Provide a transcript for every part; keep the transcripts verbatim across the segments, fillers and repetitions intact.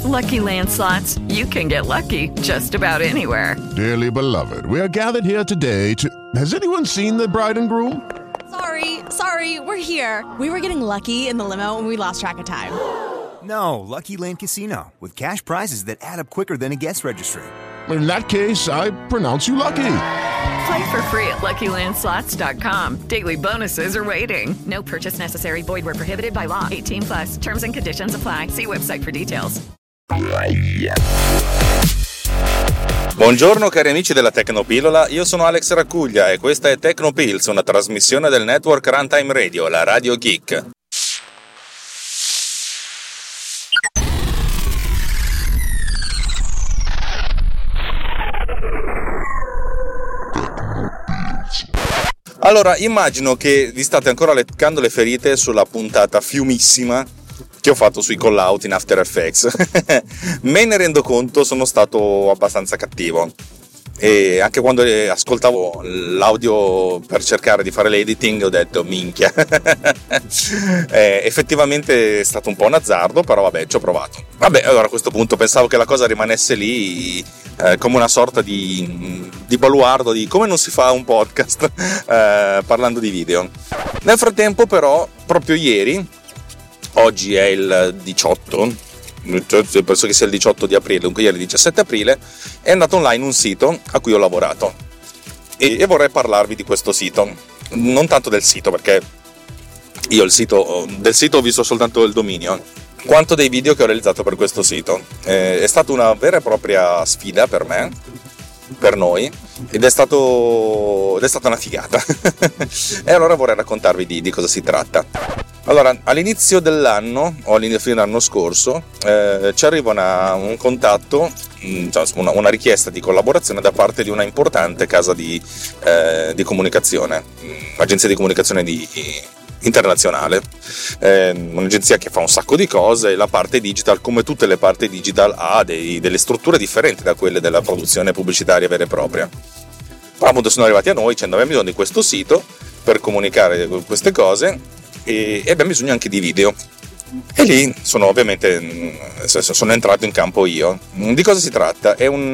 Lucky Land Slots, you can get lucky just about anywhere. Dearly beloved, we are gathered here today to... Has anyone seen the bride and groom? Sorry, sorry, we're here. We were getting lucky in the limo and we lost track of time. No, Lucky Land Casino, with cash prizes that add up quicker than a guest registry. In that case, I pronounce you lucky. Play for free at Lucky Land Slots dot com. Daily bonuses are waiting. No purchase necessary. Void where prohibited by law. eighteen plus. Terms and conditions apply. See website for details. Buongiorno cari amici della Tecnopillola, io sono Alex Raccuglia e questa è Tecnopills, una trasmissione del network Runtime Radio, la Radio Geek. Allora, immagino che vi state ancora leccando le ferite sulla puntata fiumissima che ho fatto sui call-out in After Effects. Me ne rendo conto, sono stato abbastanza cattivo. E anche quando ascoltavo l'audio per cercare di fare l'editing ho detto minchia. eh, effettivamente è stato un po' un azzardo, però vabbè, ci ho provato. Vabbè, allora a questo punto pensavo che la cosa rimanesse lì eh, come una sorta di, di baluardo di come non si fa un podcast eh, parlando di video. Nel frattempo però, proprio ieri, oggi è il diciotto, penso che sia il diciotto di aprile, dunque ieri il diciassette aprile, è andato online un sito a cui ho lavorato e, e vorrei parlarvi di questo sito, non tanto del sito, perché io il sito del sito ho visto soltanto il dominio, quanto dei video che ho realizzato per questo sito. Eh, è stata una vera e propria sfida per me, per noi, ed è stato ed è stata una figata. E allora vorrei raccontarvi di, di cosa si tratta. Allora, all'inizio dell'anno o all'inizio dell'anno scorso eh, ci arriva una, un contatto, cioè una, una richiesta di collaborazione da parte di una importante casa di, eh, di comunicazione, un'agenzia di comunicazione di, internazionale, eh, un'agenzia che fa un sacco di cose. La parte digital, come tutte le parti digital, ha dei, delle strutture differenti da quelle della produzione pubblicitaria vera e propria. Ma appunto sono arrivati a noi, cioè abbiamo bisogno di questo sito per comunicare queste cose e abbiamo bisogno anche di video. E lì sono ovviamente sono entrato in campo io. Di cosa si tratta? È un,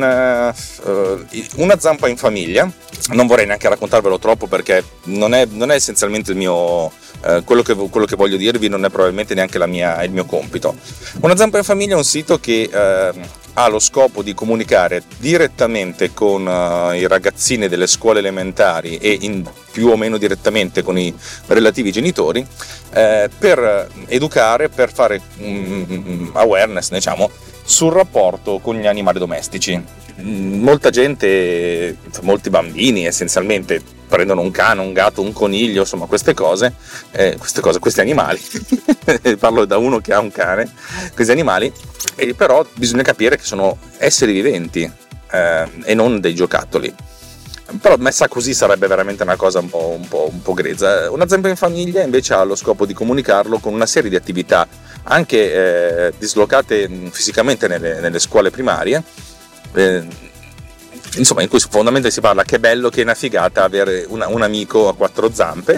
uh, una zampa in famiglia. Non vorrei neanche raccontarvelo troppo perché non è, non è essenzialmente il mio uh, quello, che, quello che voglio dirvi non è probabilmente neanche la mia, il mio compito. Una zampa in famiglia è un sito che uh, ha lo scopo di comunicare direttamente con uh, i ragazzini delle scuole elementari e in, più o meno direttamente con i relativi genitori eh, per educare, per fare um, awareness, diciamo, sul rapporto con gli animali domestici. Molta gente, molti bambini essenzialmente prendono un cane, un gatto, un coniglio, insomma queste cose, eh, queste cose, questi animali. Parlo da uno che ha un cane, questi animali. E però bisogna capire che sono esseri viventi eh, e non dei giocattoli. Però messa così sarebbe veramente una cosa un po', un po', un po' grezza. Una zampa in famiglia invece ha lo scopo di comunicarlo con una serie di attività anche eh, dislocate fisicamente nelle, nelle scuole primarie, eh, insomma, in cui fondamentalmente si parla che è bello, che è una figata avere una, un amico a quattro zampe.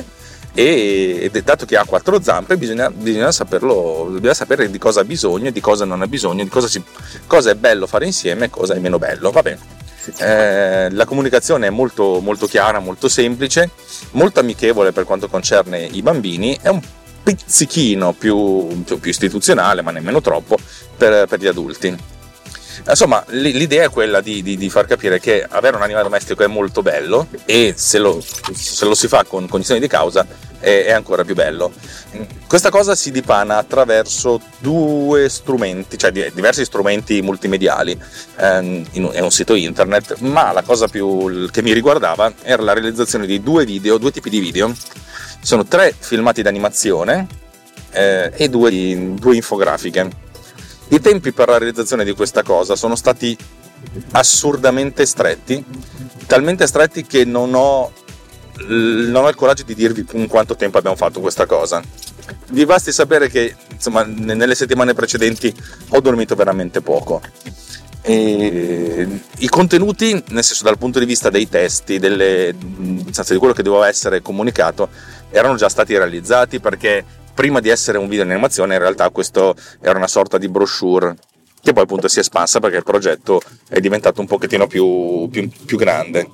E dato che ha quattro zampe bisogna, bisogna saperlo, bisogna sapere di cosa ha bisogno, di cosa non ha bisogno, di cosa, si, cosa è bello fare insieme e cosa è meno bello. Va bene. Eh, la comunicazione è molto, molto chiara, molto semplice, molto amichevole per quanto concerne i bambini, è un pizzichino più, più, più istituzionale, ma nemmeno troppo, per, per gli adulti. Insomma, l'idea è quella di, di, di far capire che avere un animale domestico è molto bello e se lo, se lo si fa con cognizione di causa è, è ancora più bello. Questa cosa si dipana attraverso due strumenti, cioè diversi strumenti multimediali. Ehm, in, è un sito internet, ma la cosa più che mi riguardava era la realizzazione di due video, due tipi di video. Sono tre filmati d'animazione eh, e due, due infografiche. I tempi per la realizzazione di questa cosa sono stati assurdamente stretti, talmente stretti che non ho, non ho il coraggio di dirvi in quanto tempo abbiamo fatto questa cosa. Vi basti sapere che insomma nelle settimane precedenti ho dormito veramente poco. E i contenuti, nel senso dal punto di vista dei testi, delle, nel senso di quello che doveva essere comunicato, erano già stati realizzati, perché prima di essere un video in animazione in realtà questo era una sorta di brochure che poi appunto si è espansa perché il progetto è diventato un pochettino più, più, più grande.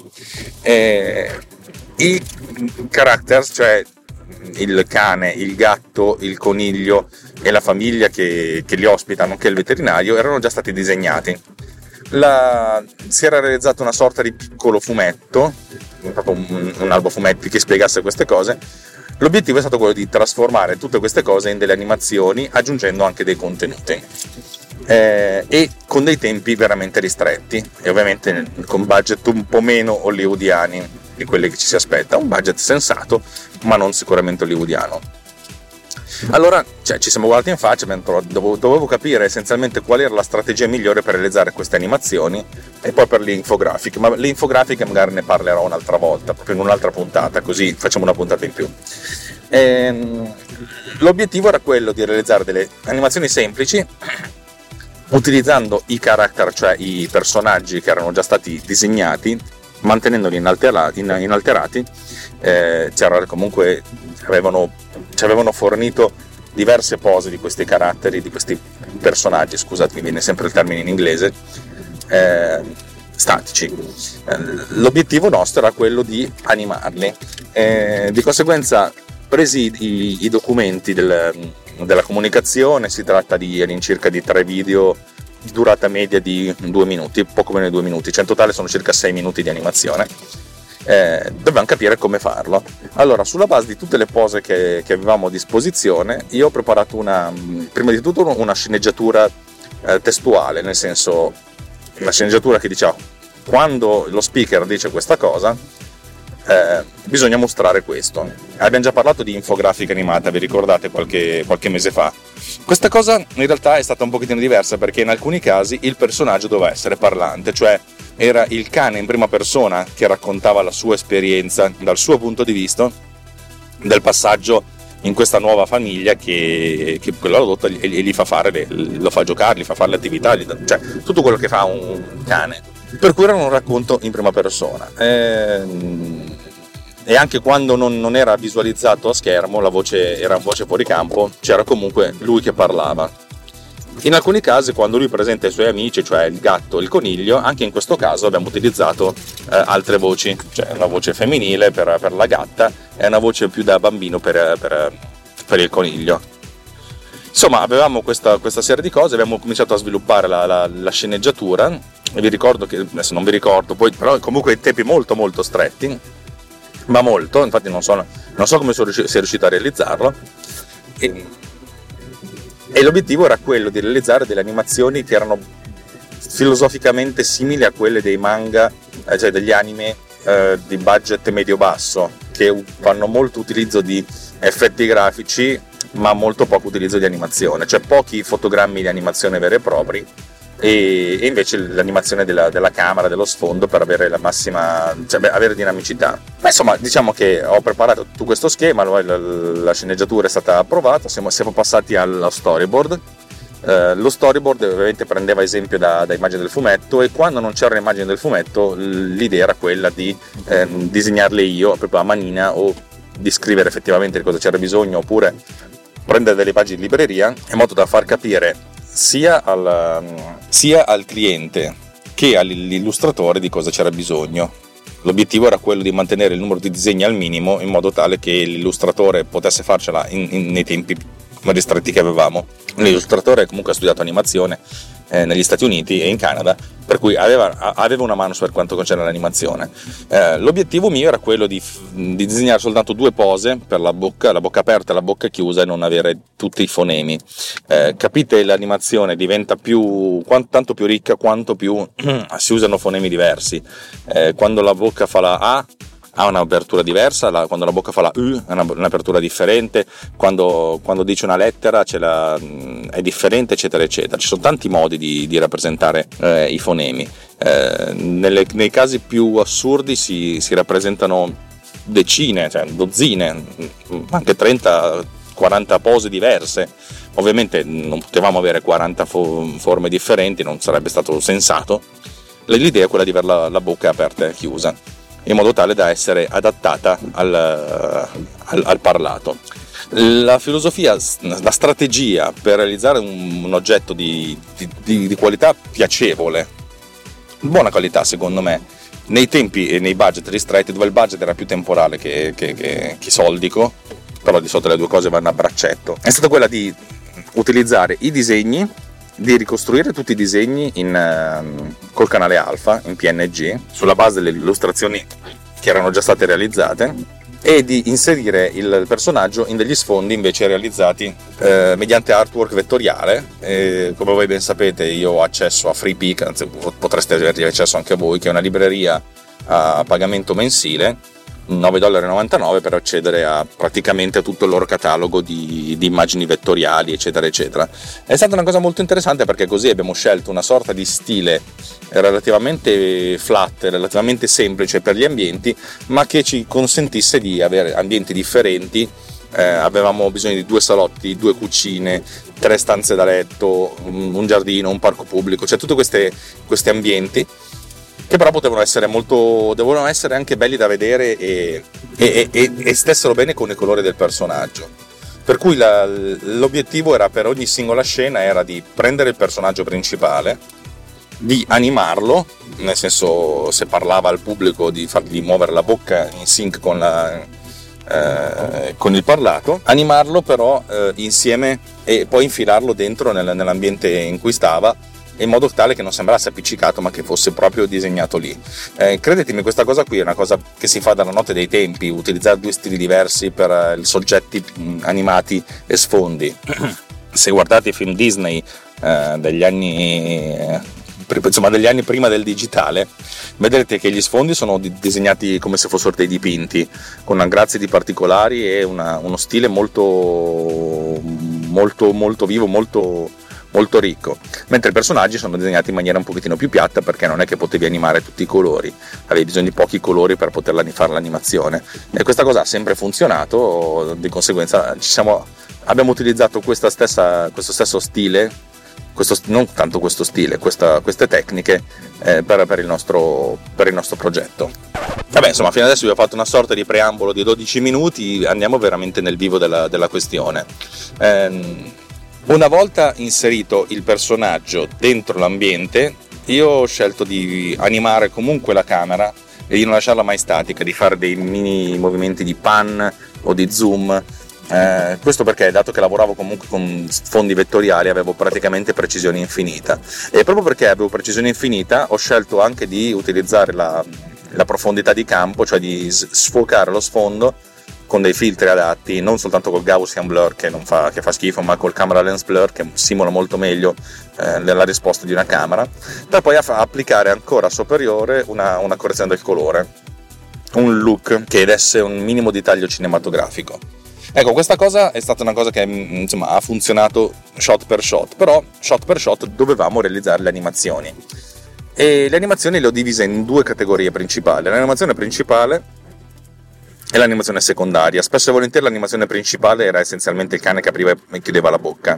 E i characters, cioè il cane, il gatto, il coniglio e la famiglia che, che li ospita, nonché il veterinario, erano già stati disegnati. La, si era realizzato una sorta di piccolo fumetto, proprio un, un albo fumetti che spiegasse queste cose. L'obiettivo è stato quello di trasformare tutte queste cose in delle animazioni, aggiungendo anche dei contenuti eh, e con dei tempi veramente ristretti, e ovviamente con budget un po' meno hollywoodiani di quelli che ci si aspetta. Un budget sensato, ma non sicuramente hollywoodiano. Allora, cioè, ci siamo guardati in faccia, dovevo, dovevo capire essenzialmente qual era la strategia migliore per realizzare queste animazioni, e poi per le infografiche, ma le infografiche magari ne parlerò un'altra volta, proprio in un'altra puntata, così facciamo una puntata in più. Ehm, l'obiettivo era quello di realizzare delle animazioni semplici, utilizzando i character, cioè i personaggi che erano già stati disegnati, mantenendoli inalterati, inalterati eh, c'era comunque avevano, ci avevano fornito diverse pose di questi caratteri, di questi personaggi, scusate, mi viene sempre il termine in inglese, eh, statici. Eh, l'obiettivo nostro era quello di animarli, eh, di conseguenza presi i, i documenti del, della comunicazione, si tratta di all'incirca di tre video di durata media di due minuti, poco meno di due minuti, cioè in totale sono circa sei minuti di animazione. Eh, dovevamo capire come farlo. Allora, sulla base di tutte le pose che, che avevamo a disposizione, io ho preparato una, prima di tutto una sceneggiatura eh, testuale, nel senso una sceneggiatura che diceva quando lo speaker dice questa cosa eh, bisogna mostrare questo. Abbiamo già parlato di infografica animata, vi ricordate, qualche, qualche mese fa. Questa cosa in realtà è stata un pochettino diversa, perché in alcuni casi il personaggio doveva essere parlante, cioè era il cane in prima persona che raccontava la sua esperienza dal suo punto di vista del passaggio in questa nuova famiglia che, che l'ha adotta e gli fa fare le, lo fa giocare, gli fa fare le attività, cioè tutto quello che fa un cane, per cui era un racconto in prima persona. E, e anche quando non, non era visualizzato a schermo, la voce era voce fuori campo, c'era comunque lui che parlava. In alcuni casi, quando lui presenta i suoi amici, cioè il gatto e il coniglio, anche in questo caso abbiamo utilizzato eh, altre voci, cioè una voce femminile per, per la gatta e una voce più da bambino per, per, per il coniglio. Insomma, avevamo questa, questa serie di cose, abbiamo cominciato a sviluppare la, la, la sceneggiatura, e vi ricordo che, adesso non vi ricordo, poi però comunque in tempi molto molto stretti, ma molto, infatti non so, non so come sono riuscito, sia riuscito a realizzarlo, e, e l'obiettivo era quello di realizzare delle animazioni che erano filosoficamente simili a quelle dei manga, eh, cioè degli anime eh, di budget medio-basso, che fanno molto utilizzo di effetti grafici ma molto poco utilizzo di animazione, cioè pochi fotogrammi di animazione veri e propri, e, e invece l'animazione della, della camera, dello sfondo, per avere la massima, cioè beh, avere dinamicità. Ma insomma, diciamo che ho preparato tutto questo schema, la, la, la sceneggiatura è stata approvata, siamo, siamo passati allo storyboard. Uh, lo storyboard ovviamente prendeva esempio da, da immagini del fumetto, e quando non c'erano immagini del fumetto l'idea era quella di eh, disegnarle io proprio a manina, o di scrivere effettivamente di cosa c'era bisogno, oppure prendere delle pagine di libreria, in modo da far capire sia al, sia al cliente che all'illustratore di cosa c'era bisogno. L'obiettivo era quello di mantenere il numero di disegni al minimo, in modo tale che l'illustratore potesse farcela in, in, nei tempi ristretti che avevamo. L'illustratore comunque ha studiato animazione eh, negli Stati Uniti e in Canada, per cui aveva, aveva una mano per quanto concerne l'animazione. Eh, l'obiettivo mio era quello di, di disegnare soltanto due pose per la bocca, la bocca aperta e la bocca chiusa, e non avere tutti i fonemi. Eh, capite, l'animazione diventa più, quanto, tanto più ricca quanto più si usano fonemi diversi. Eh, quando la bocca fa la A ha un'apertura diversa, la, quando la bocca fa la U ha una, un'apertura differente, quando, quando dice una lettera c'è la, è differente, eccetera eccetera. Ci sono tanti modi di, di rappresentare eh, i fonemi. Eh, nelle, nei casi più assurdi si, si rappresentano decine, cioè dozzine, anche trenta quaranta pose diverse. Ovviamente non potevamo avere quaranta fo- forme differenti, non sarebbe stato sensato. L'idea è quella di avere la, la bocca aperta e chiusa, in modo tale da essere adattata al, al, al parlato. La filosofia, la strategia per realizzare un, un oggetto di, di, di qualità piacevole, buona qualità secondo me, nei tempi e nei budget ristretti, dove il budget era più temporale che, che, che, che soldico, però di solito le due cose vanno a braccetto, è stata quella di utilizzare i disegni, di ricostruire tutti i disegni in, uh, col canale alfa in P N G sulla base delle illustrazioni che erano già state realizzate, e di inserire il personaggio in degli sfondi invece realizzati eh, mediante artwork vettoriale. E, come voi ben sapete, io ho accesso a FreePic, anzi potreste avere accesso anche voi, che è una libreria a pagamento mensile, nove virgola novantanove dollari, per accedere a praticamente tutto il loro catalogo di, di immagini vettoriali, eccetera eccetera. È stata una cosa molto interessante, perché così abbiamo scelto una sorta di stile relativamente flat, relativamente semplice per gli ambienti, ma che ci consentisse di avere ambienti differenti. Eh, avevamo bisogno di due salotti, due cucine, tre stanze da letto, un giardino, un parco pubblico, cioè tutti questi ambienti che però potevano essere molto, devono essere anche belli da vedere e, e, e, e stessero bene con i colori del personaggio. Per cui la, l'obiettivo era, per ogni singola scena, era di prendere il personaggio principale, di animarlo, nel senso, se parlava al pubblico, di fargli muovere la bocca in sync con, la, eh, con il parlato, animarlo però eh, insieme, e poi infilarlo dentro nel, nell'ambiente in cui stava, in modo tale che non sembrasse appiccicato, ma che fosse proprio disegnato lì. Eh, credetemi, questa cosa qui è una cosa che si fa dalla notte dei tempi, utilizzare due stili diversi per eh, soggetti mh, animati e sfondi. Se guardate i film Disney eh, degli anni eh, insomma degli anni prima del digitale, vedrete che gli sfondi sono disegnati come se fossero dei dipinti, con una grazia di particolari e una, uno stile molto molto molto vivo, molto molto ricco, mentre i personaggi sono disegnati in maniera un pochettino più piatta, perché non è che potevi animare tutti i colori, avevi bisogno di pochi colori per poter fare l'animazione, e questa cosa ha sempre funzionato. Di conseguenza ci siamo, abbiamo utilizzato questa stessa, questo stesso stile, questo, non tanto questo stile, questa, queste tecniche eh, per, per, il nostro, per il nostro progetto. Vabbè, insomma, fino adesso vi ho fatto una sorta di preambolo di dodici minuti, andiamo veramente nel vivo della, della questione. Ehm, Una volta inserito il personaggio dentro l'ambiente, io ho scelto di animare comunque la camera e di non lasciarla mai statica, di fare dei mini movimenti di pan o di zoom. Eh, questo perché, dato che lavoravo comunque con fondi vettoriali, avevo praticamente precisione infinita, e proprio perché avevo precisione infinita ho scelto anche di utilizzare la, la profondità di campo, cioè di sfocare lo sfondo con dei filtri adatti, non soltanto col Gaussian blur che, non fa, che fa schifo, ma col camera lens blur che simula molto meglio eh, la risposta di una camera, per poi aff- applicare ancora superiore una, una correzione del colore, un look che desse un minimo di taglio cinematografico. Ecco, questa cosa è stata una cosa che insomma ha funzionato shot per shot, però shot per shot dovevamo realizzare le animazioni, e le animazioni le ho divise in due categorie principali. L'animazione principale e l'animazione secondaria. Spesso e volentieri l'animazione principale era essenzialmente il cane che apriva e chiudeva la bocca,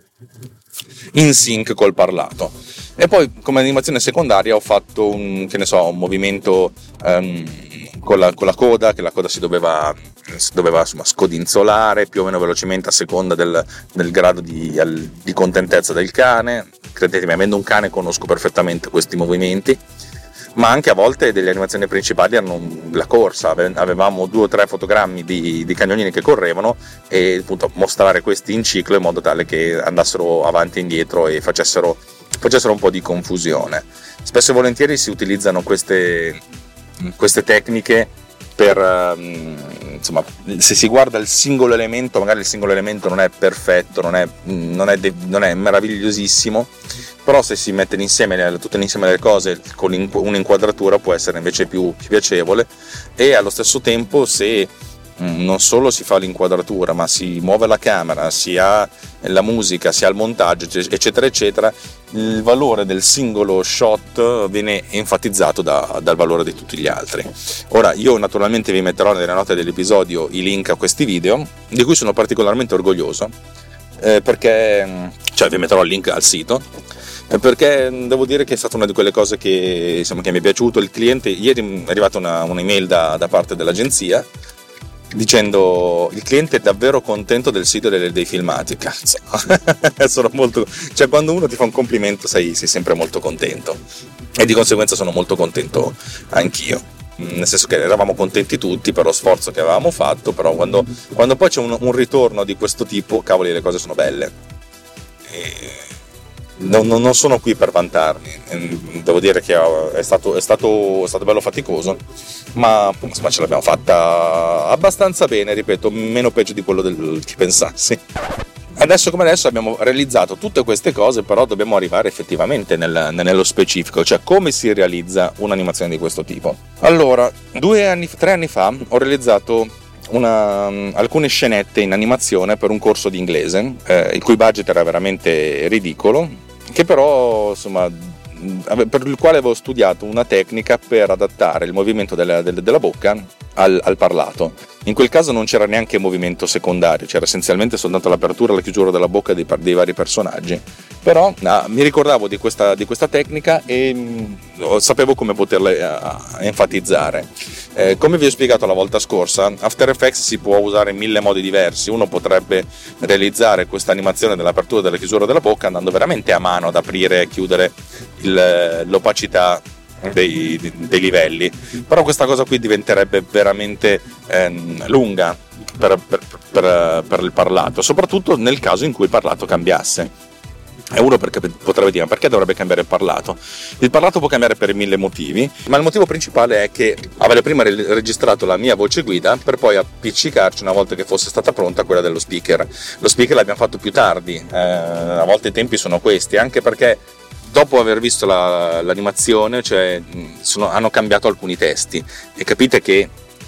in sync col parlato, e poi come animazione secondaria ho fatto un, che ne so, un movimento um, con, la, con la coda, che la coda si doveva, si doveva insomma, scodinzolare più o meno velocemente a seconda del, del grado di, di contentezza del cane. Credetemi, avendo un cane conosco perfettamente questi movimenti. Ma anche a volte delle animazioni principali erano la corsa, avevamo due o tre fotogrammi di, di cagnolini che correvano, e appunto mostrare questi in ciclo in modo tale che andassero avanti e indietro e facessero, facessero un po' di confusione. Spesso e volentieri si utilizzano queste, queste tecniche per, insomma, se si guarda il singolo elemento, magari il singolo elemento non è perfetto, non è, non è, non è meravigliosissimo, però se si mettono insieme tutte insieme le cose con un'inquadratura può essere invece più, più piacevole, e allo stesso tempo se non solo si fa l'inquadratura ma si muove la camera, si ha la musica, si ha il montaggio, eccetera eccetera, il valore del singolo shot viene enfatizzato da, dal valore di tutti gli altri. Ora, io naturalmente vi metterò nelle note dell'episodio i link a questi video, di cui sono particolarmente orgoglioso, eh, perché cioè vi metterò il link al sito, perché devo dire che è stata una di quelle cose che, insomma, che mi è piaciuto. Il cliente, ieri è arrivata una, un'email da, da parte dell'agenzia dicendo: il cliente è davvero contento del sito dei, dei filmati. Cazzo, sono molto, cioè quando uno ti fa un complimento sei, sei sempre molto contento, e di conseguenza sono molto contento anch'io, nel senso che eravamo contenti tutti per lo sforzo che avevamo fatto, però quando, quando poi c'è un, un ritorno di questo tipo, cavoli, le cose sono belle. E non, non sono qui per vantarmi, devo dire che è stato, è stato, è stato bello faticoso, ma insomma ce l'abbiamo fatta abbastanza bene, ripeto, meno peggio di quello del, che pensassi. Adesso come adesso abbiamo realizzato tutte queste cose, però dobbiamo arrivare effettivamente nel, nello specifico, cioè come si realizza un'animazione di questo tipo. Allora, due anni, tre anni fa ho realizzato Una, alcune scenette in animazione per un corso di inglese, eh, il cui budget era veramente ridicolo, che però insomma per il quale avevo studiato una tecnica per adattare il movimento della, della bocca al, al parlato. In quel caso non c'era neanche movimento secondario, c'era essenzialmente soltanto l'apertura e la chiusura della bocca dei, dei vari personaggi. Però no, mi ricordavo di questa, di questa tecnica e mh, sapevo come poterla uh, enfatizzare. Eh, come vi ho spiegato la volta scorsa, After Effects si può usare in mille modi diversi. Uno potrebbe realizzare questa animazione dell'apertura e della chiusura della bocca andando veramente a mano ad aprire e chiudere il, l'opacità dei, dei livelli, però questa cosa qui diventerebbe veramente ehm, lunga per, per, per, per il parlato, soprattutto nel caso in cui il parlato cambiasse. E uno perché potrebbe dire: ma perché dovrebbe cambiare il parlato? Il parlato può cambiare per mille motivi, ma il motivo principale è che avevo prima registrato la mia voce guida per poi appiccicarci una volta che fosse stata pronta quella dello speaker. Lo speaker l'abbiamo fatto più tardi, eh, a volte i tempi sono questi, anche perché dopo aver visto la, l'animazione, cioè, sono, hanno cambiato alcuni testi, e capite che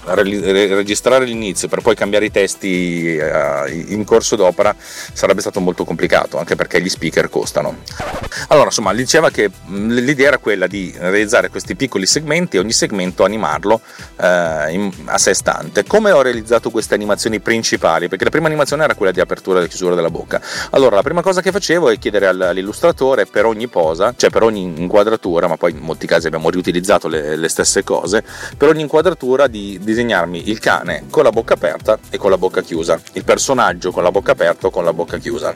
registrare l'inizio per poi cambiare i testi in corso d'opera sarebbe stato molto complicato, anche perché gli speaker costano. Allora, insomma, diceva che l'idea era quella di realizzare questi piccoli segmenti e ogni segmento animarlo eh, in, a sé stante. Come ho realizzato queste animazioni principali? Perché la prima animazione era quella di apertura e chiusura della bocca. Allora, la prima cosa che facevo è chiedere all'illustratore per ogni posa, cioè per ogni inquadratura, ma poi in molti casi abbiamo riutilizzato le, le stesse cose, per ogni inquadratura di, di disegnarmi il cane con la bocca aperta e con la bocca chiusa, il personaggio con la bocca aperta o con la bocca chiusa.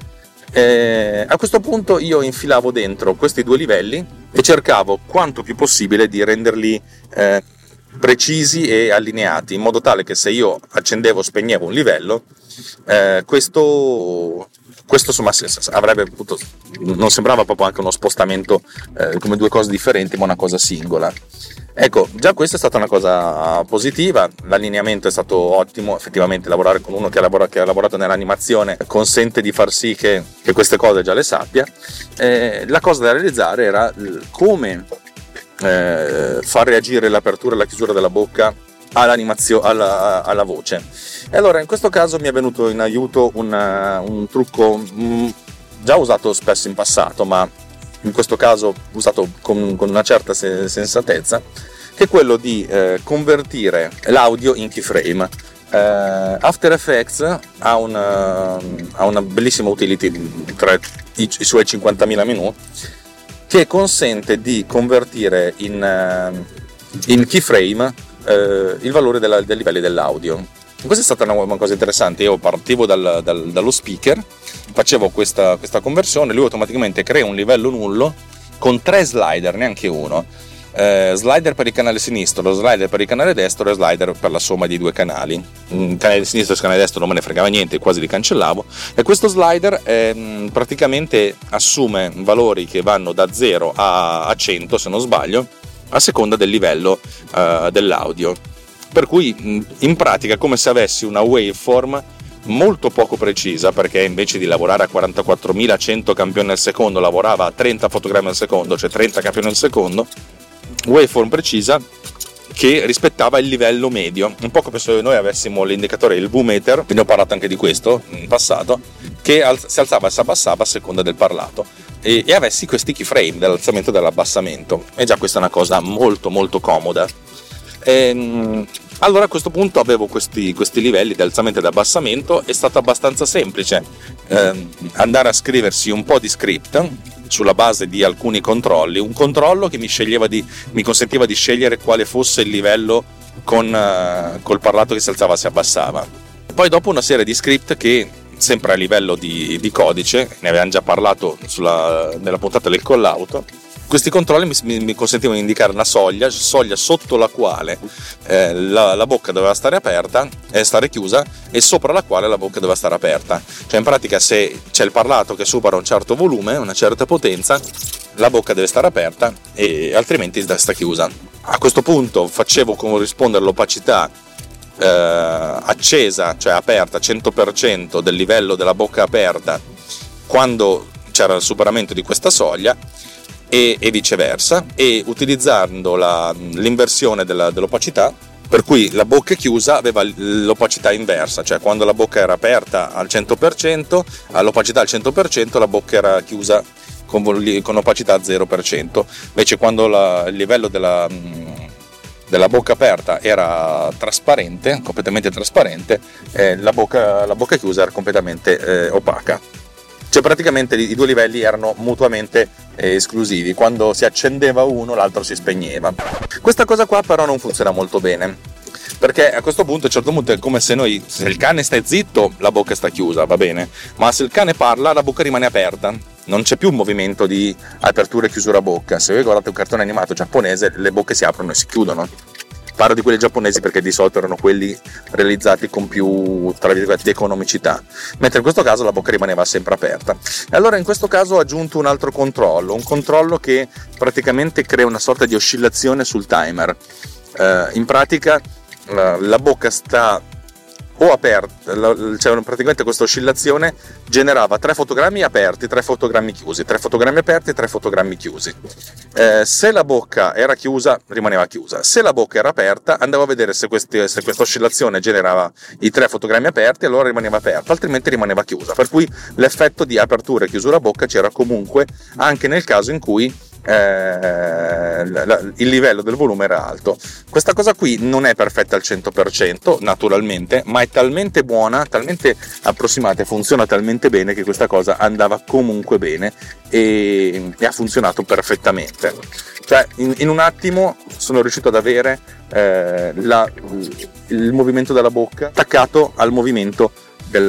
E a questo punto io infilavo dentro questi due livelli e cercavo quanto più possibile di renderli eh, precisi e allineati, in modo tale che se io accendevo o spegnevo un livello, eh, questo questo insomma avrebbe potuto, non sembrava proprio anche uno spostamento eh, come due cose differenti, ma una cosa singola. Ecco, già questa è stata una cosa positiva, l'allineamento è stato ottimo, effettivamente lavorare con uno che ha, lavora, che ha lavorato nell'animazione consente di far sì che, che queste cose già le sappia. Eh, la cosa da realizzare era come eh, far reagire l'apertura e la chiusura della bocca all'animazione, alla, alla voce. E allora in questo caso mi è venuto in aiuto un, un trucco mh, già usato spesso in passato, ma in questo caso usato con, con una certa sensatezza, che è quello di eh, convertire l'audio in keyframe. Eh, After Effects ha una, ha una bellissima utility tra i, i suoi cinquantamila menu che consente di convertire in, in keyframe eh, il valore della, dei livelli dell'audio. Questa è stata una, una cosa interessante. Io partivo dal, dal, dallo speaker, facevo questa, questa conversione, lui automaticamente crea un livello nullo con tre slider, neanche uno, eh, slider per il canale sinistro, slider per il canale destro e slider per la somma di due canali. Il canale sinistro e il canale destro non me ne fregava niente, quasi li cancellavo, e questo slider eh, praticamente assume valori che vanno da zero a, a cento, se non sbaglio, a seconda del livello eh, dell'audio. Per cui in pratica è come se avessi una waveform molto poco precisa, perché invece di lavorare a quarantaquattromilacento campioni al secondo lavorava a trenta fotogrammi al secondo, cioè trenta campioni al secondo, waveform precisa che rispettava il livello medio, un po' come se noi avessimo l'indicatore, il V-meter, ne ho parlato anche di questo in passato, che si alzava e si abbassava a seconda del parlato, e, e avessi questi keyframe dell'alzamento e dell'abbassamento, e già questa è una cosa molto molto comoda. E, Allora a questo punto avevo questi, questi livelli di alzamento e di abbassamento. È stato abbastanza semplice eh, andare a scriversi un po' di script sulla base di alcuni controlli, un controllo che mi, sceglieva di, mi consentiva di scegliere quale fosse il livello con uh, col parlato che si alzava e si abbassava. Poi dopo una serie di script che sempre a livello di, di codice, ne avevamo già parlato sulla, nella puntata del call out. Questi controlli mi, mi consentivano di indicare una soglia, soglia sotto la quale eh, la, la bocca doveva stare aperta e eh, stare chiusa, e sopra la quale la bocca doveva stare aperta. Cioè in pratica, se c'è il parlato che supera un certo volume, una certa potenza, la bocca deve stare aperta e altrimenti sta chiusa. A questo punto facevo corrispondere l'opacità eh, accesa, cioè aperta, cento per cento del livello della bocca aperta quando c'era il superamento di questa soglia, e, e viceversa, e utilizzando la, l'inversione della, dell'opacità, per cui la bocca chiusa aveva l'opacità inversa, cioè quando la bocca era aperta al cento per cento, all'opacità al cento per cento, la bocca era chiusa con, con opacità zero per cento. Invece quando la, il livello della, della bocca aperta era trasparente, completamente trasparente, eh, la, bocca, la bocca chiusa era completamente eh, opaca. Cioè praticamente i due livelli erano mutuamente eh, esclusivi, quando si accendeva uno l'altro si spegneva. Questa cosa qua però non funziona molto bene, perché a questo punto, a un certo punto, è come se noi, se il cane sta zitto la bocca sta chiusa, va bene, ma se il cane parla la bocca rimane aperta, non c'è più un movimento di apertura e chiusura bocca. Se voi guardate un cartone animato giapponese, le bocche si aprono e si chiudono. Parlo di quelli giapponesi perché di solito erano quelli realizzati con più, tra virgolette, di economicità, mentre in questo caso la bocca rimaneva sempre aperta. E allora in questo caso ho aggiunto un altro controllo, un controllo che praticamente crea una sorta di oscillazione sul timer. Eh, in pratica la, la bocca sta o aperta, cioè praticamente questa oscillazione generava tre fotogrammi aperti, tre fotogrammi chiusi, tre fotogrammi aperti, tre fotogrammi chiusi. Eh, se la bocca era chiusa, rimaneva chiusa. Se la bocca era aperta, andavo a vedere se, questi, se questa oscillazione generava i tre fotogrammi aperti, allora rimaneva aperta, altrimenti rimaneva chiusa. Per cui l'effetto di apertura e chiusura bocca c'era comunque anche nel caso in cui Eh, la, il livello del volume era alto. Questa cosa qui non è perfetta al cento per cento naturalmente, ma è talmente buona, talmente approssimata e funziona talmente bene che questa cosa andava comunque bene e, e ha funzionato perfettamente. Cioè in, in un attimo sono riuscito ad avere eh, la, il movimento della bocca attaccato al movimento Del,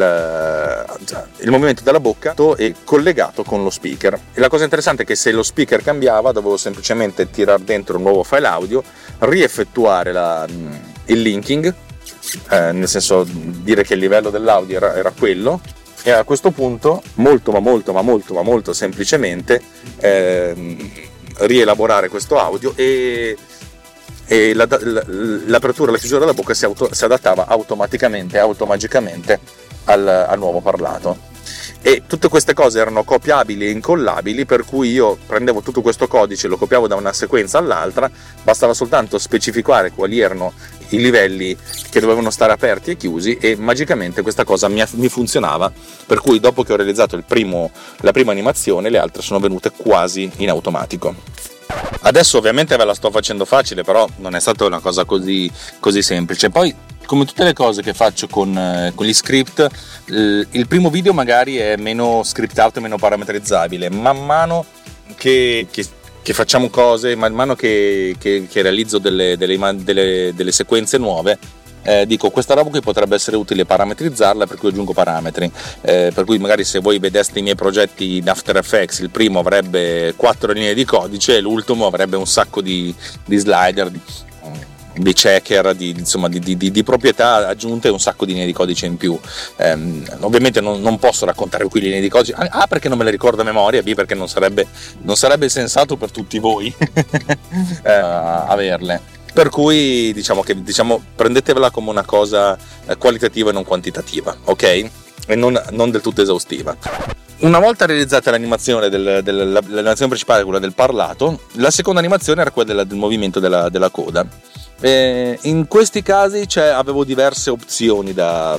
il movimento della bocca è collegato con lo speaker. E la cosa interessante è che se lo speaker cambiava dovevo semplicemente tirar dentro un nuovo file audio, rieffettuare la, il linking, eh, nel senso dire che il livello dell'audio era, era quello, e a questo punto molto ma molto ma molto ma molto semplicemente eh, rielaborare questo audio e e la, la, l'apertura e la chiusura della bocca si, auto, si adattava automaticamente, automagicamente al, al nuovo parlato. E tutte queste cose erano copiabili e incollabili, per cui io prendevo tutto questo codice, lo copiavo da una sequenza all'altra, bastava soltanto specificare quali erano i livelli che dovevano stare aperti e chiusi, e magicamente questa cosa mi, mi funzionava, per cui dopo che ho realizzato il primo, la prima animazione, le altre sono venute quasi in automatico. Adesso ovviamente ve la sto facendo facile, però non è stata una cosa così, così semplice. Poi, come tutte le cose che faccio con, eh, con gli script, eh, il primo video magari è meno scriptato e meno parametrizzabile. Man mano che, che, che facciamo cose, man mano che, che, che realizzo delle, delle, delle, delle sequenze nuove, Eh, dico, questa roba qui potrebbe essere utile parametrizzarla, per cui aggiungo parametri, eh, per cui magari se voi vedeste i miei progetti in After Effects, il primo avrebbe quattro linee di codice e l'ultimo avrebbe un sacco di, di slider, di, di checker, di, insomma di, di, di proprietà aggiunte e un sacco di linee di codice in più. Eh, ovviamente non, non posso raccontare qui linee di codice, A perché non me le ricordo a memoria, B perché non sarebbe, non sarebbe sensato per tutti voi eh, averle. Per cui diciamo che diciamo prendetevela come una cosa qualitativa e non quantitativa, ok? E non, non del tutto esaustiva. Una volta realizzata l'animazione, del, del, l'animazione principale, quella del parlato, la seconda animazione era quella del, del movimento della, della coda. E in questi casi cioè, avevo diverse opzioni da,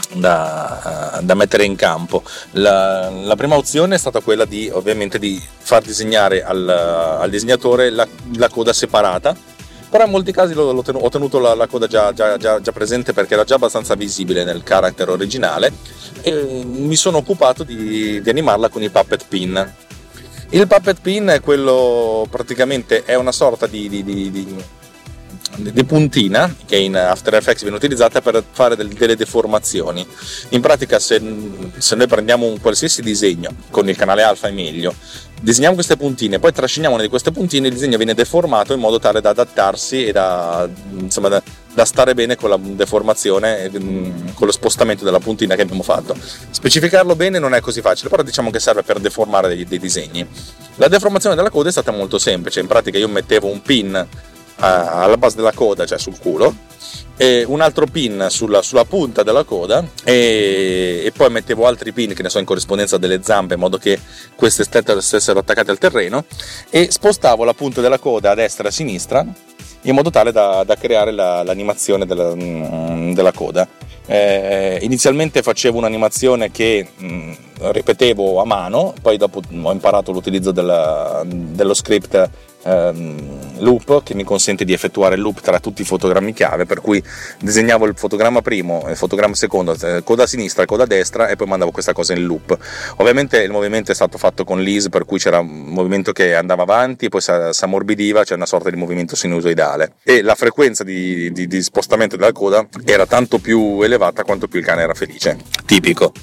da, da mettere in campo. La, la prima opzione è stata quella di ovviamente di far disegnare al, al disegnatore la, la coda separata, però in molti casi l'ho, l'ho tenuto, ho tenuto la, la coda già, già, già, già presente, perché era già abbastanza visibile nel character originale, e mi sono occupato di, di animarla con il puppet pin. Il puppet pin è quello, praticamente è una sorta di, di, di, di, di puntina che in After Effects viene utilizzata per fare del, delle deformazioni. In pratica, se, se noi prendiamo un qualsiasi disegno, con il canale alfa è meglio, disegniamo queste puntine, poi trasciniamo una di queste puntine, il disegno viene deformato in modo tale da adattarsi e da, insomma, da, da stare bene con la deformazione, con lo spostamento della puntina che abbiamo fatto. Specificarlo bene non è così facile, però diciamo che serve per deformare dei, dei disegni. La deformazione della coda è stata molto semplice. In pratica io mettevo un pin alla base della coda, cioè sul culo, e un altro pin sulla, sulla punta della coda, e, e poi mettevo altri pin che ne so in corrispondenza delle zampe, in modo che queste stessero attaccate al terreno, e spostavo la punta della coda a destra e a sinistra in modo tale da, da creare la, l'animazione della, della coda. Eh, inizialmente facevo un'animazione che mh, ripetevo a mano, poi dopo ho imparato l'utilizzo della, dello script ehm, loop, che mi consente di effettuare il loop tra tutti i fotogrammi chiave, per cui disegnavo il fotogramma primo, il fotogramma secondo, coda a sinistra, coda a destra, e poi mandavo questa cosa in loop. Ovviamente il movimento è stato fatto con l'E A S, per cui c'era un movimento che andava avanti e poi si ammorbidiva, c'è una sorta di movimento sinusoidale, e la frequenza di, di, di spostamento della coda era tanto più elevata quanto più il cane era felice. Tipico.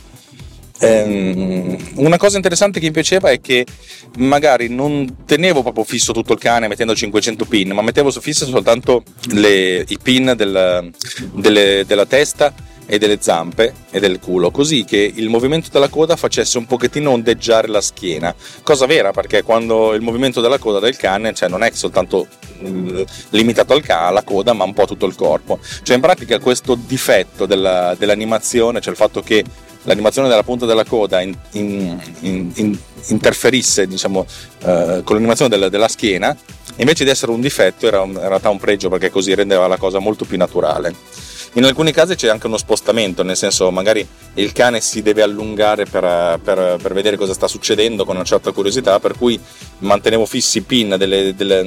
Um, una cosa interessante che mi piaceva è che magari non tenevo proprio fisso tutto il cane mettendo cinquecento pin, ma mettevo fisso soltanto le, i pin del, delle, della testa e delle zampe e del culo, così che il movimento della coda facesse un pochettino ondeggiare la schiena, cosa vera, perché quando il movimento della coda del cane, cioè non è soltanto uh, limitato al ca- alla coda, ma un po' tutto il corpo. Cioè in pratica questo difetto della, dell'animazione, cioè il fatto che l'animazione della punta della coda in, in, in, in, interferisse, diciamo, uh, con l'animazione della, della schiena, invece di essere un difetto era un, in realtà un pregio, perché così rendeva la cosa molto più naturale. In alcuni casi c'è anche uno spostamento, nel senso magari il cane si deve allungare per, per, per vedere cosa sta succedendo, con una certa curiosità, per cui mantenevo fissi i pin delle, delle,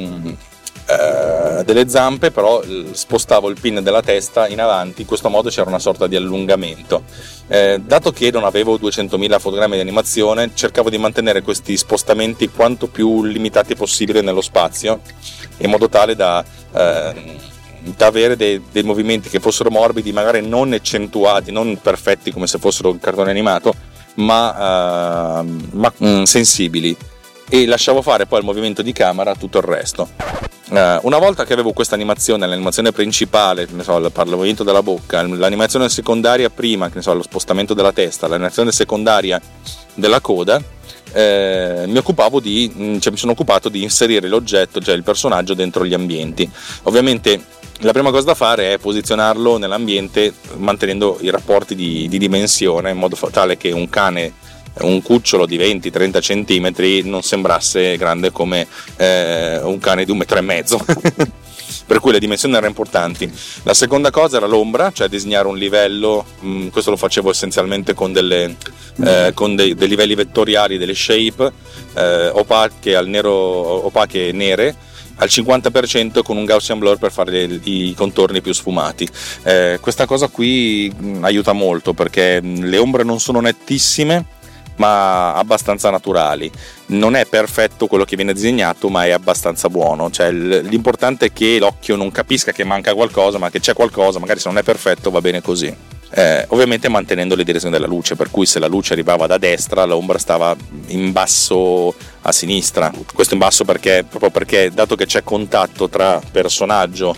uh, delle zampe, però spostavo il pin della testa in avanti, in questo modo c'era una sorta di allungamento. Eh, dato che non avevo duecentomila fotogrammi di animazione, cercavo di mantenere questi spostamenti quanto più limitati possibile nello spazio, in modo tale da, eh, da avere dei, dei movimenti che fossero morbidi, magari non accentuati, non perfetti come se fossero un cartone animato, ma, eh, ma mm, sensibili, e lasciavo fare poi al movimento di camera tutto il resto. Uh, una volta che avevo questa animazione, l'animazione principale, ne so, per il movimento della bocca, l'animazione secondaria prima, che ne so, lo spostamento della testa, l'animazione secondaria della coda, eh, mi occupavo di, cioè mi sono occupato di inserire l'oggetto, cioè il personaggio, dentro gli ambienti. Ovviamente la prima cosa da fare è posizionarlo nell'ambiente mantenendo i rapporti di, di dimensione, in modo tale che un cane, un cucciolo di venti trenta centimetri, non sembrasse grande come eh, un cane di un metro e mezzo. Per cui le dimensioni erano importanti. La seconda cosa era l'ombra, cioè disegnare un livello. Mh, questo lo facevo essenzialmente con, delle, eh, con dei, dei livelli vettoriali, delle shape eh, opache al nero, opache e nere al cinquanta per cento, con un Gaussian blur per fare le, i contorni più sfumati. Eh, questa cosa qui mh, aiuta molto, perché mh, le ombre non sono nettissime, ma abbastanza naturali. Non è perfetto quello che viene disegnato, ma è abbastanza buono. Cioè, l'importante è che l'occhio non capisca che manca qualcosa, ma che c'è qualcosa. Magari se non è perfetto va bene così. Eh, ovviamente mantenendo le direzioni della luce, per cui se la luce arrivava da destra, l'ombra stava in basso a sinistra. Questo in basso perché proprio perché, dato che c'è contatto tra personaggio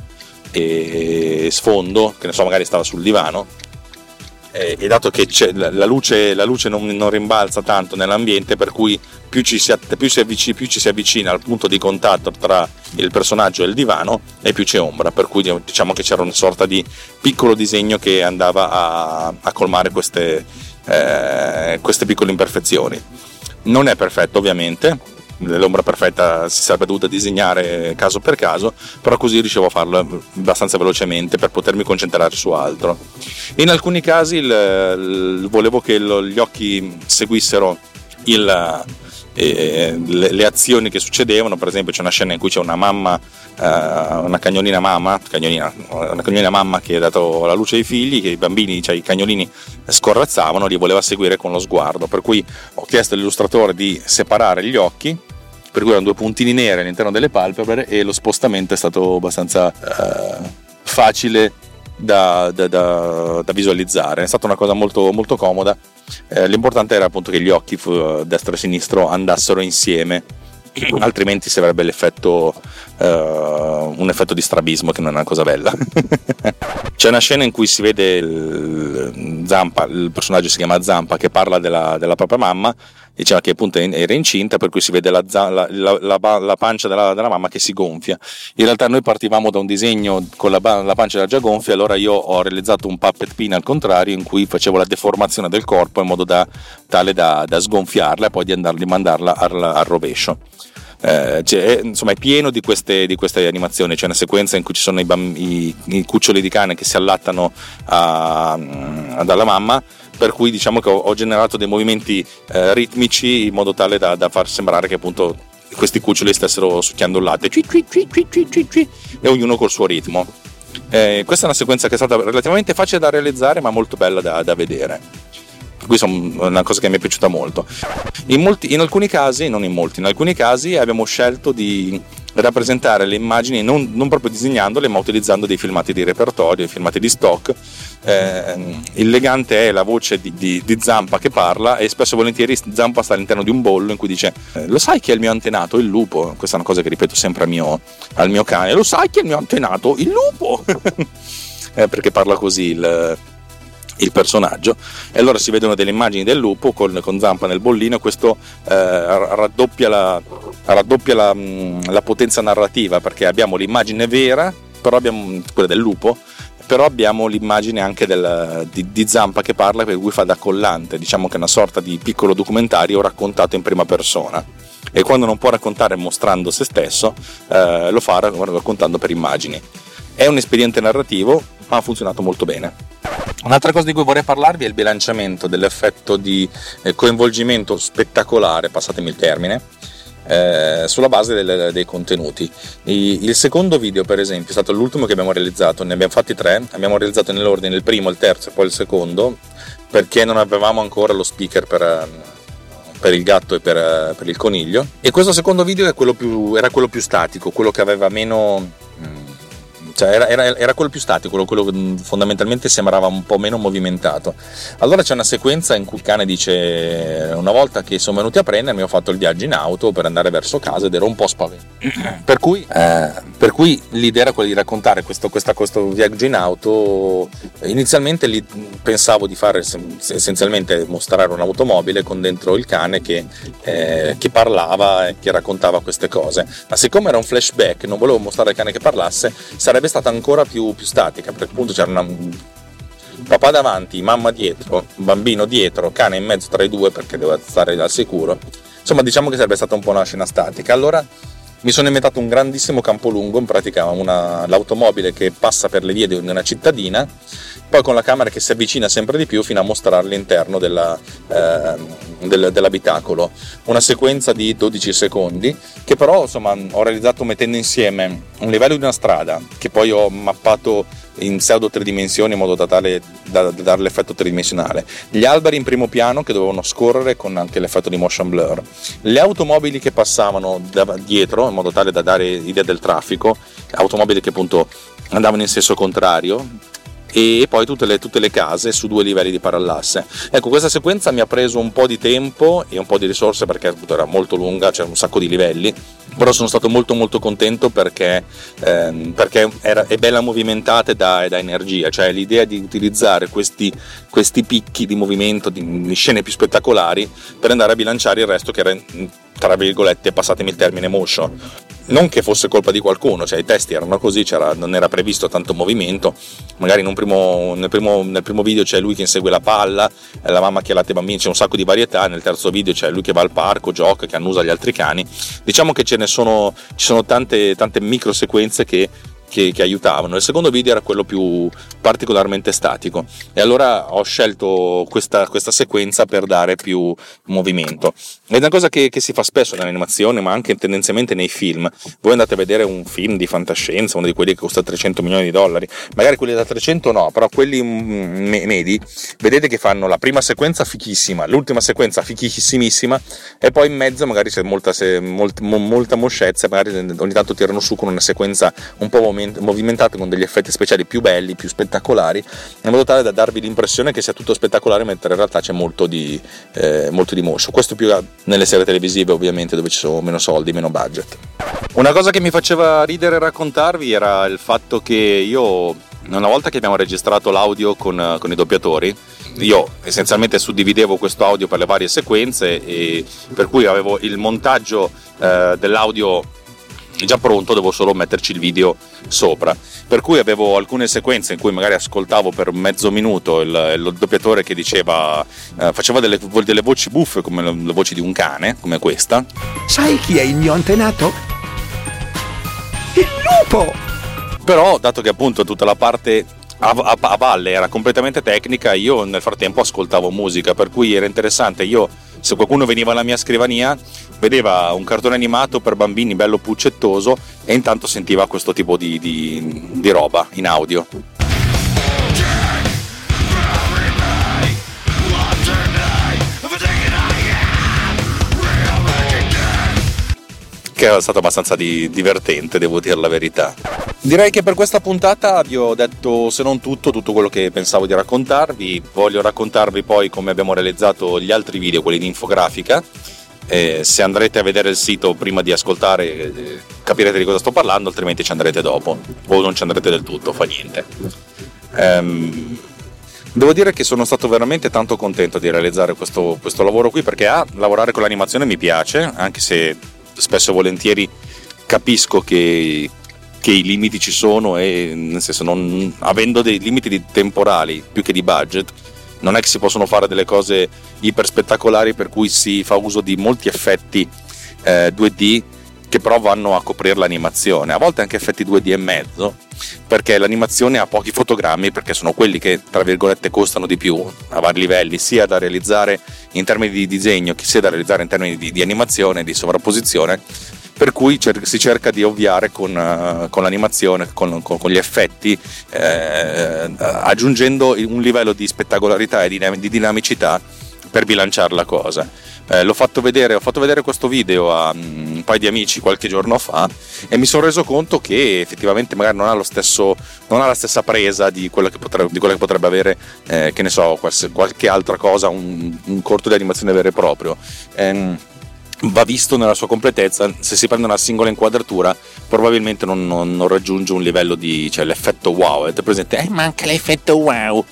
e sfondo, che ne so, magari stava sul divano, e dato che c'è, la luce, la luce non, non rimbalza tanto nell'ambiente, per cui più ci, si, più, si avvicina, più ci si avvicina al punto di contatto tra il personaggio e il divano, e più c'è ombra, per cui diciamo che c'era una sorta di piccolo disegno che andava a, a colmare queste, eh, queste piccole imperfezioni. Non è perfetto, ovviamente. L'ombra perfetta si sarebbe dovuta disegnare caso per caso, però così riuscivo a farlo abbastanza velocemente per potermi concentrare su altro. In alcuni casi il, il, volevo che lo, gli occhi seguissero il, e le, le azioni che succedevano. Per esempio c'è una scena in cui c'è una mamma, eh, una cagnolina mamma, cagnolina, una cagnolina mamma che ha dato alla luce ai figli, che i bambini, cioè i cagnolini scorrazzavano, li voleva seguire con lo sguardo, per cui ho chiesto all'illustratore di separare gli occhi, per cui erano due puntini neri all'interno delle palpebre, e lo spostamento è stato abbastanza eh, facile da, da, da, da visualizzare. È stata una cosa molto, molto comoda. Eh, l'importante era appunto che gli occhi destro e sinistro andassero insieme, altrimenti si avrebbe l'effetto eh, un effetto di strabismo, che non è una cosa bella. C'è una scena in cui si vede il Zampa, il personaggio si chiama Zampa, che parla della, della propria mamma, diceva che appunto era incinta, per cui si vede la, la, la, la, la pancia della, della mamma che si gonfia. In realtà noi partivamo da un disegno con la, la pancia era già gonfia, allora io ho realizzato un puppet pin al contrario, in cui facevo la deformazione del corpo in modo da, tale da, da sgonfiarla e poi di andare di mandarla al, al rovescio. Eh, cioè, insomma, è pieno di queste, di queste animazioni. C'è una sequenza in cui ci sono i, bamb- i, i cuccioli di cane che si allattano a, a, dalla mamma, per cui diciamo che ho, ho generato dei movimenti eh, ritmici in modo tale da, da far sembrare che appunto questi cuccioli stessero succhiando il latte, e ognuno col suo ritmo. Eh, questa è una sequenza che è stata relativamente facile da realizzare, ma molto bella da, da vedere. Questa è una cosa che mi è piaciuta molto. In, molti, in alcuni casi, non in molti, in alcuni casi abbiamo scelto di rappresentare le immagini non, non proprio disegnandole, ma utilizzando dei filmati di repertorio, dei filmati di stock. Eh, il legante è la voce di, di, di Zampa che parla, e spesso e volentieri Zampa sta all'interno di un bollo in cui dice eh, lo sai chi è il mio antenato? Il lupo. Questa è una cosa che ripeto sempre al mio, al mio cane: lo sai chi è il mio antenato? Il lupo. eh, perché parla così il il personaggio. E allora si vedono delle immagini del lupo con, con Zampa nel bollino. Questo eh, raddoppia, la, raddoppia la, la potenza narrativa, perché abbiamo l'immagine vera, però abbiamo quella del lupo, però abbiamo l'immagine anche del, di, di Zampa che parla, per cui fa da collante. Diciamo che è una sorta di piccolo documentario raccontato in prima persona, e quando non può raccontare mostrando se stesso eh, lo fa raccontando per immagini. È un espediente narrativo, ma ha funzionato molto bene. Un'altra cosa di cui vorrei parlarvi è il bilanciamento dell'effetto di coinvolgimento spettacolare, passatemi il termine, eh, sulla base delle, dei contenuti. Il secondo video, per esempio, è stato l'ultimo che abbiamo realizzato. Ne abbiamo fatti tre, abbiamo realizzato nell'ordine il primo, il terzo e poi il secondo, perché non avevamo ancora lo speaker per, per il gatto e per, per il coniglio. E questo secondo video è quello più, era quello più statico, quello che aveva meno... Cioè era, era, era quello più statico, quello, quello fondamentalmente sembrava un po' meno movimentato. Allora c'è una sequenza in cui il cane dice: una volta che sono venuti a prendermi ho fatto il viaggio in auto per andare verso casa ed ero un po' spaventato. Per cui, eh, per cui l'idea era quella di raccontare questo, questa, questo viaggio in auto. Inizialmente lì pensavo di fare essenzialmente mostrare un'automobile con dentro il cane che, eh, che parlava e che raccontava queste cose, ma siccome era un flashback, non volevo mostrare il cane che parlasse, sarebbe stata ancora più, più statica, perché appunto c'era una, papà davanti, mamma dietro, bambino dietro, cane in mezzo tra i due perché doveva stare al sicuro. Insomma, diciamo che sarebbe stata un po' una scena statica. Allora mi sono inventato un grandissimo campo lungo, in pratica una, l'automobile che passa per le vie di una cittadina, poi con la camera che si avvicina sempre di più fino a mostrare l'interno della, eh, del, dell'abitacolo. Una sequenza di dodici secondi che però insomma ho realizzato mettendo insieme un livello di una strada che poi ho mappato in pseudo tre dimensioni in modo da, tale, da, da dare l'effetto tridimensionale, gli alberi in primo piano che dovevano scorrere con anche l'effetto di motion blur, le automobili che passavano da, dietro in modo tale da dare idea del traffico, automobili che appunto andavano in senso contrario, e poi tutte le, tutte le case su due livelli di parallasse. Ecco, questa sequenza mi ha preso un po' di tempo e un po' di risorse perché appunto era molto lunga, c'era un sacco di livelli, però sono stato molto molto contento perché, ehm, perché era, è bella movimentata e dà, e dà energia, cioè l'idea di utilizzare questi, questi picchi di movimento, di, di scene più spettacolari per andare a bilanciare il resto che era, tra virgolette, passatemi il termine, motion. Non che fosse colpa di qualcuno, cioè i testi erano così, c'era, non era previsto tanto movimento, magari in un primo, nel, primo, nel primo video c'è lui che insegue la palla, la mamma che allatta i bambini, c'è un sacco di varietà, nel terzo video c'è lui che va al parco, gioca, che annusa gli altri cani. Diciamo che ce ne sono, ci sono tante, tante micro sequenze che Che, che aiutavano. Il secondo video era quello più particolarmente statico e allora ho scelto questa, questa sequenza per dare più movimento. è una cosa che, che si fa spesso nell'animazione, ma anche tendenzialmente nei film. Voi andate a vedere un film di fantascienza, uno di quelli che costa trecento milioni di dollari, magari quelli da trecento no, però quelli me- medi, vedete che fanno la prima sequenza fichissima, l'ultima sequenza fichissimissima, e poi in mezzo magari c'è molta, se, molt, mo, molta moscezza, magari ogni tanto tirano su con una sequenza un po' movimentata, con degli effetti speciali più belli, più spettacolari, in modo tale da darvi l'impressione che sia tutto spettacolare, mentre in realtà c'è molto di, eh, molto di motion. Questo più nelle serie televisive, ovviamente, dove ci sono meno soldi, meno budget. Una cosa che mi faceva ridere raccontarvi era il fatto che io, una volta che abbiamo registrato l'audio con, con i doppiatori, io essenzialmente suddividevo questo audio per le varie sequenze, e per cui avevo il montaggio eh, dell'audio già pronto, devo solo metterci il video sopra, per cui avevo alcune sequenze in cui magari ascoltavo per mezzo minuto il, il doppiatore che diceva eh, faceva delle, delle voci buffe, come le, le voci di un cane, come questa. Sai chi è il mio antenato? Il lupo! Però, dato che appunto tutta la parte a, a, a valle era completamente tecnica, io nel frattempo ascoltavo musica, per cui era interessante. Io, se qualcuno veniva alla mia scrivania, vedeva un cartone animato per bambini bello puccettoso, e intanto sentiva questo tipo di, di, di roba in audio. Che è stato abbastanza di, divertente, devo dire la verità. Direi che per questa puntata vi ho detto, se non tutto, tutto quello che pensavo di raccontarvi. Voglio raccontarvi poi come abbiamo realizzato gli altri video, quelli di infografica. Eh, se andrete a vedere il sito prima di ascoltare, eh, capirete di cosa sto parlando, altrimenti ci andrete dopo, o non ci andrete del tutto, fa niente. Ehm, devo dire che sono stato veramente tanto contento di realizzare questo, questo lavoro qui, perché a lavorare con l'animazione mi piace, anche se spesso e volentieri capisco che, che i limiti ci sono, e nel senso, non, avendo dei limiti di temporali più che di budget, non è che si possono fare delle cose iper spettacolari, per cui si fa uso di molti effetti eh, due D che però vanno a coprire l'animazione, a volte anche effetti due D e mezzo, perché l'animazione ha pochi fotogrammi, perché sono quelli che tra virgolette costano di più a vari livelli, sia da realizzare in termini di disegno sia da realizzare in termini di, di animazione, di sovrapposizione, per cui cer- si cerca di ovviare con, uh, con l'animazione, con, con, con gli effetti, eh, aggiungendo un livello di spettacolarità e di, di dinamicità per bilanciare la cosa. Eh, l'ho fatto vedere, ho fatto vedere questo video a um, un paio di amici qualche giorno fa, e mi sono reso conto che effettivamente magari non ha lo stesso, non ha la stessa presa di quello che potrebbe, di quello che potrebbe avere, eh, che ne so, qualche, qualche altra cosa, un, un corto di animazione vero e proprio. Eh, va visto nella sua completezza. Se si prende una singola inquadratura, probabilmente non, non, non raggiunge un livello di, cioè l'effetto wow. Avete presente? Eh, manca l'effetto wow.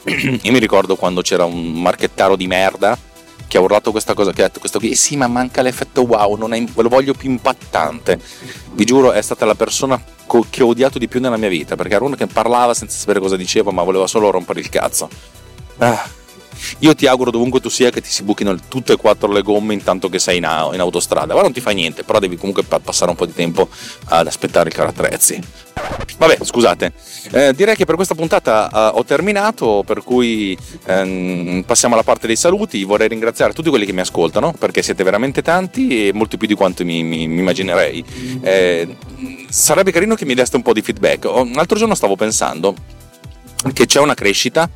Io mi ricordo quando c'era un marchettaro di merda che ha urlato questa cosa, che ha detto questo qui, sì, ma manca l'effetto wow, non è, lo voglio più impattante. Vi giuro, è stata la persona co- che ho odiato di più nella mia vita, perché era uno che parlava senza sapere cosa diceva, ma voleva solo rompere il cazzo. Ah. Io ti auguro, dovunque tu sia, che ti si buchino tutte e quattro le gomme intanto che sei in, a- in autostrada. Ma non ti fa niente, però devi comunque pa- passare un po' di tempo ad aspettare il carattrezzi. Vabbè, scusate, eh, direi che per questa puntata eh, ho terminato, per cui ehm, passiamo alla parte dei saluti. Vorrei ringraziare tutti quelli che mi ascoltano, perché siete veramente tanti e molti più di quanto mi, mi, mi immaginerei. Eh, sarebbe carino che mi deste un po' di feedback. L'altro giorno stavo pensando che c'è una crescita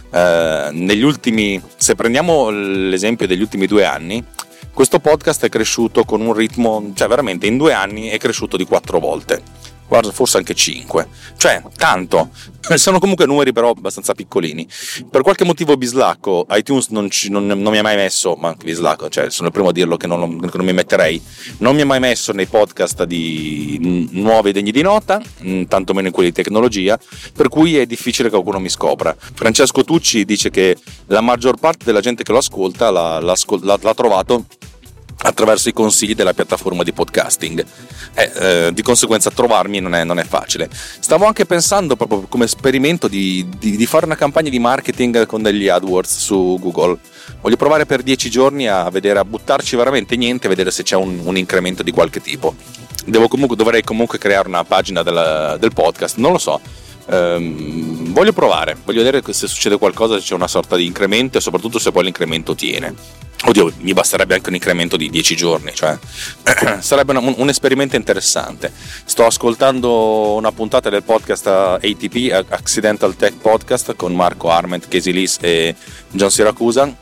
eh, negli ultimi, se prendiamo l'esempio degli ultimi due anni, questo podcast è cresciuto con un ritmo, cioè veramente in due anni è cresciuto di quattro volte. Guarda, forse anche cinque, cioè tanto. Sono comunque numeri però abbastanza piccolini. Per qualche motivo bislacco iTunes non, ci, non, non mi ha mai messo, ma anche bislacco, cioè sono il primo a dirlo che non, che non mi metterei, non mi ha mai messo nei podcast di nuovi degni di nota, tantomeno in quelli di tecnologia, per cui è difficile che qualcuno mi scopra. Francesco Tucci dice che la maggior parte della gente che lo ascolta l'ha, l'ha, l'ha, l'ha trovato attraverso i consigli della piattaforma di podcasting. Eh, eh, di conseguenza trovarmi non è, non è facile. Stavo anche pensando, proprio come esperimento, di, di, di fare una campagna di marketing con degli AdWords su Google. Voglio provare per dieci giorni a vedere, a buttarci veramente niente, a vedere se c'è un, un incremento di qualche tipo. Devo comunque, dovrei comunque creare una pagina del, del podcast, non lo so. ehm, voglio provare, voglio vedere se succede qualcosa, se c'è una sorta di incremento e soprattutto se poi l'incremento tiene. Oddio, mi basterebbe anche un incremento di dieci giorni, cioè sarebbe un, un esperimento interessante. Sto ascoltando una puntata del podcast A T P, Accidental Tech Podcast, con Marco Arment, Casey Lees e John Siracusa,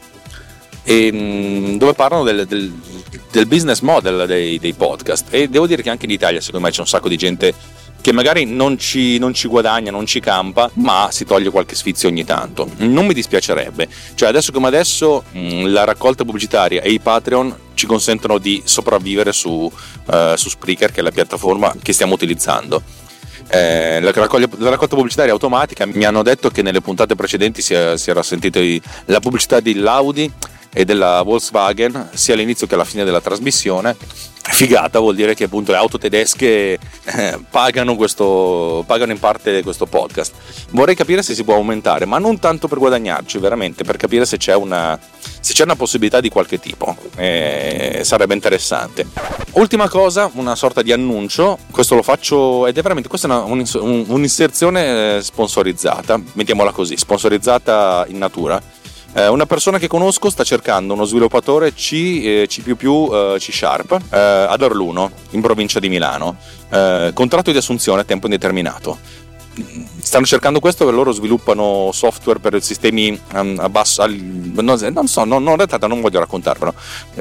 e, dove parlano del, del, del business model dei, dei podcast, e devo dire che anche in Italia secondo me c'è un sacco di gente che magari non ci, non ci guadagna, non ci campa, ma si toglie qualche sfizio ogni tanto. Non mi dispiacerebbe, cioè adesso come adesso la raccolta pubblicitaria e i Patreon ci consentono di sopravvivere su, uh, su Spreaker, che è la piattaforma che stiamo utilizzando. Eh, la, raccoglia, la raccolta pubblicitaria automatica, mi hanno detto che nelle puntate precedenti si, è, si era sentito la pubblicità dell'Audi e della Volkswagen sia all'inizio che alla fine della trasmissione. Figata, vuol dire che appunto le auto tedesche eh, pagano questo pagano in parte questo podcast. Vorrei capire se si può aumentare, ma non tanto per guadagnarci, veramente per capire se c'è una se c'è una possibilità di qualche tipo. Eh, sarebbe interessante. Ultima cosa, una sorta di annuncio, questo lo faccio ed è veramente questa è una, un, un'inserzione sponsorizzata, mettiamola così, sponsorizzata in natura. Una persona che conosco sta cercando uno sviluppatore C, eh, C++, eh, C Sharp eh, ad Orluno, in provincia di Milano, eh, contratto di assunzione a tempo indeterminato. Stanno cercando questo perché loro sviluppano software per sistemi um, a basso, al, non, non so, non, non, non voglio raccontarvelo.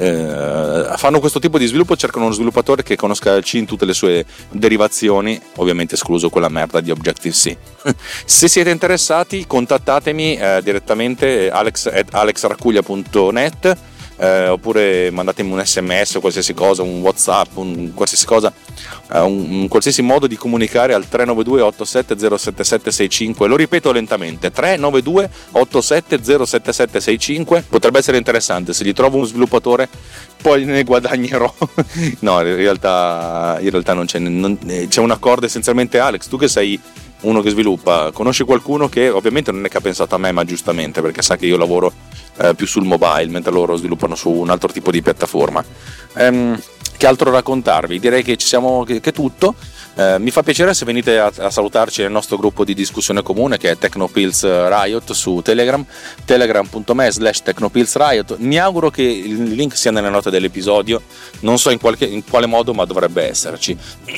Eh, fanno questo tipo di sviluppo, cercano uno sviluppatore che conosca il C in tutte le sue derivazioni, ovviamente escluso quella merda di Objective-C. Se siete interessati, contattatemi eh, direttamente alex at alexracuglia punto net. Eh, oppure mandatemi un sms o qualsiasi cosa, un WhatsApp, un qualsiasi cosa, eh, un, un qualsiasi modo di comunicare al tre nove due otto sette zero sette sette sei cinque. Lo ripeto lentamente: tre nove due otto sette zero sette sette sei cinque. Potrebbe essere interessante, se gli trovo uno sviluppatore poi ne guadagnerò. No, in realtà in realtà non c'è, non, c'è un accordo essenzialmente. Alex, tu che sei uno che sviluppa, conosci qualcuno che ovviamente non è che ha pensato a me, ma giustamente perché sa che io lavoro eh, più sul mobile mentre loro sviluppano su un altro tipo di piattaforma. Ehm, che altro raccontarvi? Direi che ci siamo, che, che tutto. Eh, mi fa piacere se venite a, a salutarci nel nostro gruppo di discussione comune che è Technopills Riot su Telegram, telegram punto me slash Technopills Riot. Mi auguro che il link sia nelle note dell'episodio, non so in, qualche, in quale modo, ma dovrebbe esserci.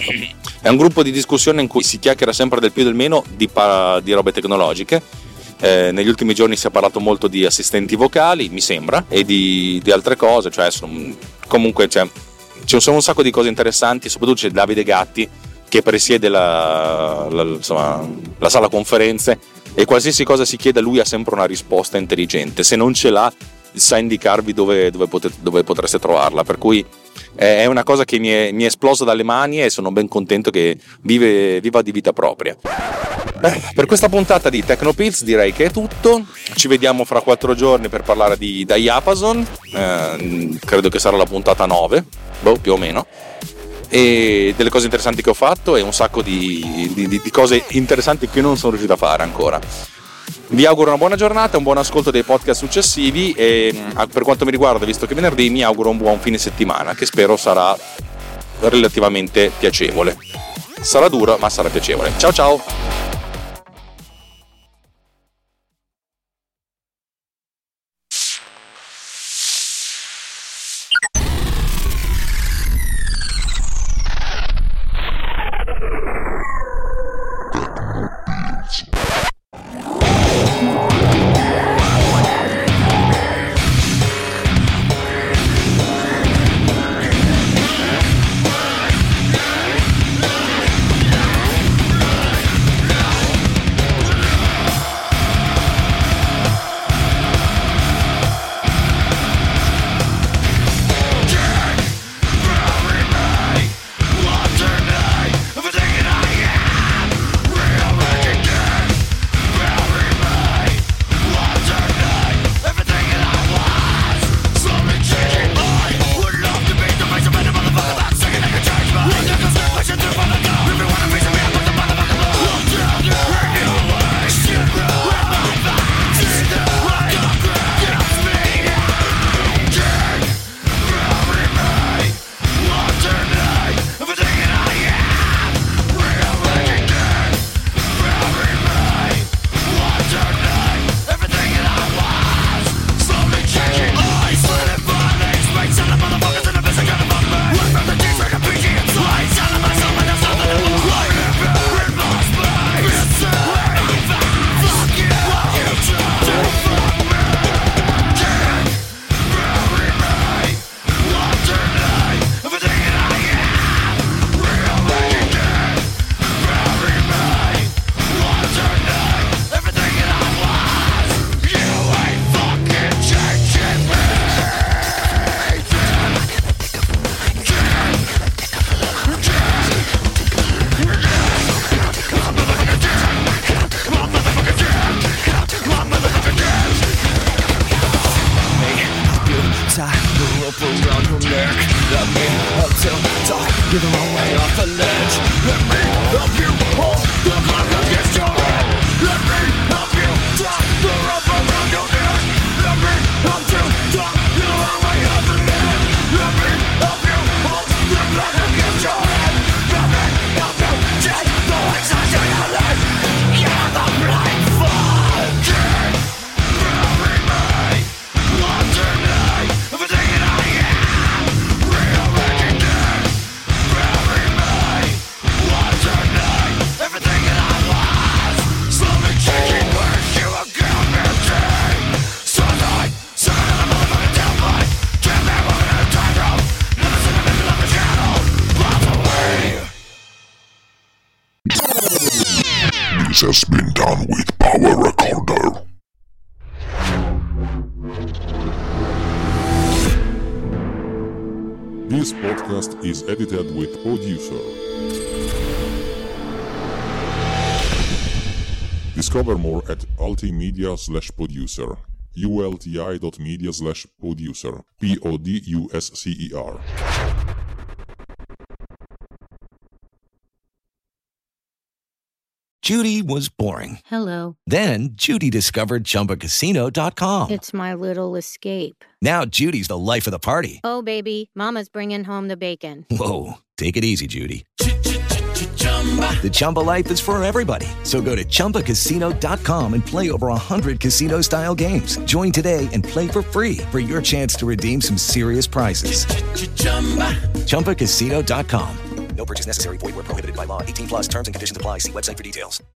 È un gruppo di discussione in cui si chiacchiera sempre del più e del meno di, pa, di robe tecnologiche. Eh, negli ultimi giorni si è parlato molto di assistenti vocali, mi sembra, e di, di altre cose, cioè sono, comunque c'è, ci sono un sacco di cose interessanti, soprattutto c'è Davide Gatti che presiede la, la, insomma, la sala conferenze, e qualsiasi cosa si chieda lui ha sempre una risposta intelligente, se non ce l'ha sa indicarvi dove, dove, potete, dove potreste trovarla, per cui è una cosa che mi è, mi è esplosa dalle mani e sono ben contento che vive, viva di vita propria. Beh, per questa puntata di Technopills direi che è tutto. Ci vediamo fra quattro giorni per parlare di Diapason, eh, credo che sarà la puntata nove, boh, più o meno, e delle cose interessanti che ho fatto e un sacco di, di, di cose interessanti che non sono riuscito a fare ancora. Vi auguro una buona giornata, un buon ascolto dei podcast successivi e per quanto mi riguarda, visto che è venerdì, mi auguro un buon fine settimana che spero sarà relativamente piacevole. Sarà duro, ma sarà piacevole. Ciao ciao! This has been done with Power Recorder. This podcast is edited with Producer. Discover more at ultimedia slash producer. ulti.media slash producer. P O D U S C E R. Judy was boring. Hello. Then Judy discovered Chumba Casino dot com. It's my little escape. Now Judy's the life of the party. Oh, baby, mama's bringing home the bacon. Whoa, take it easy, Judy. The Chumba life is for everybody. So go to Chumba Casino dot com and play over one hundred casino-style games. Join today and play for free for your chance to redeem some serious prizes. Chumba Casino dot com. No purchase necessary. Void where prohibited by law. eighteen plus terms and conditions apply. See website for details.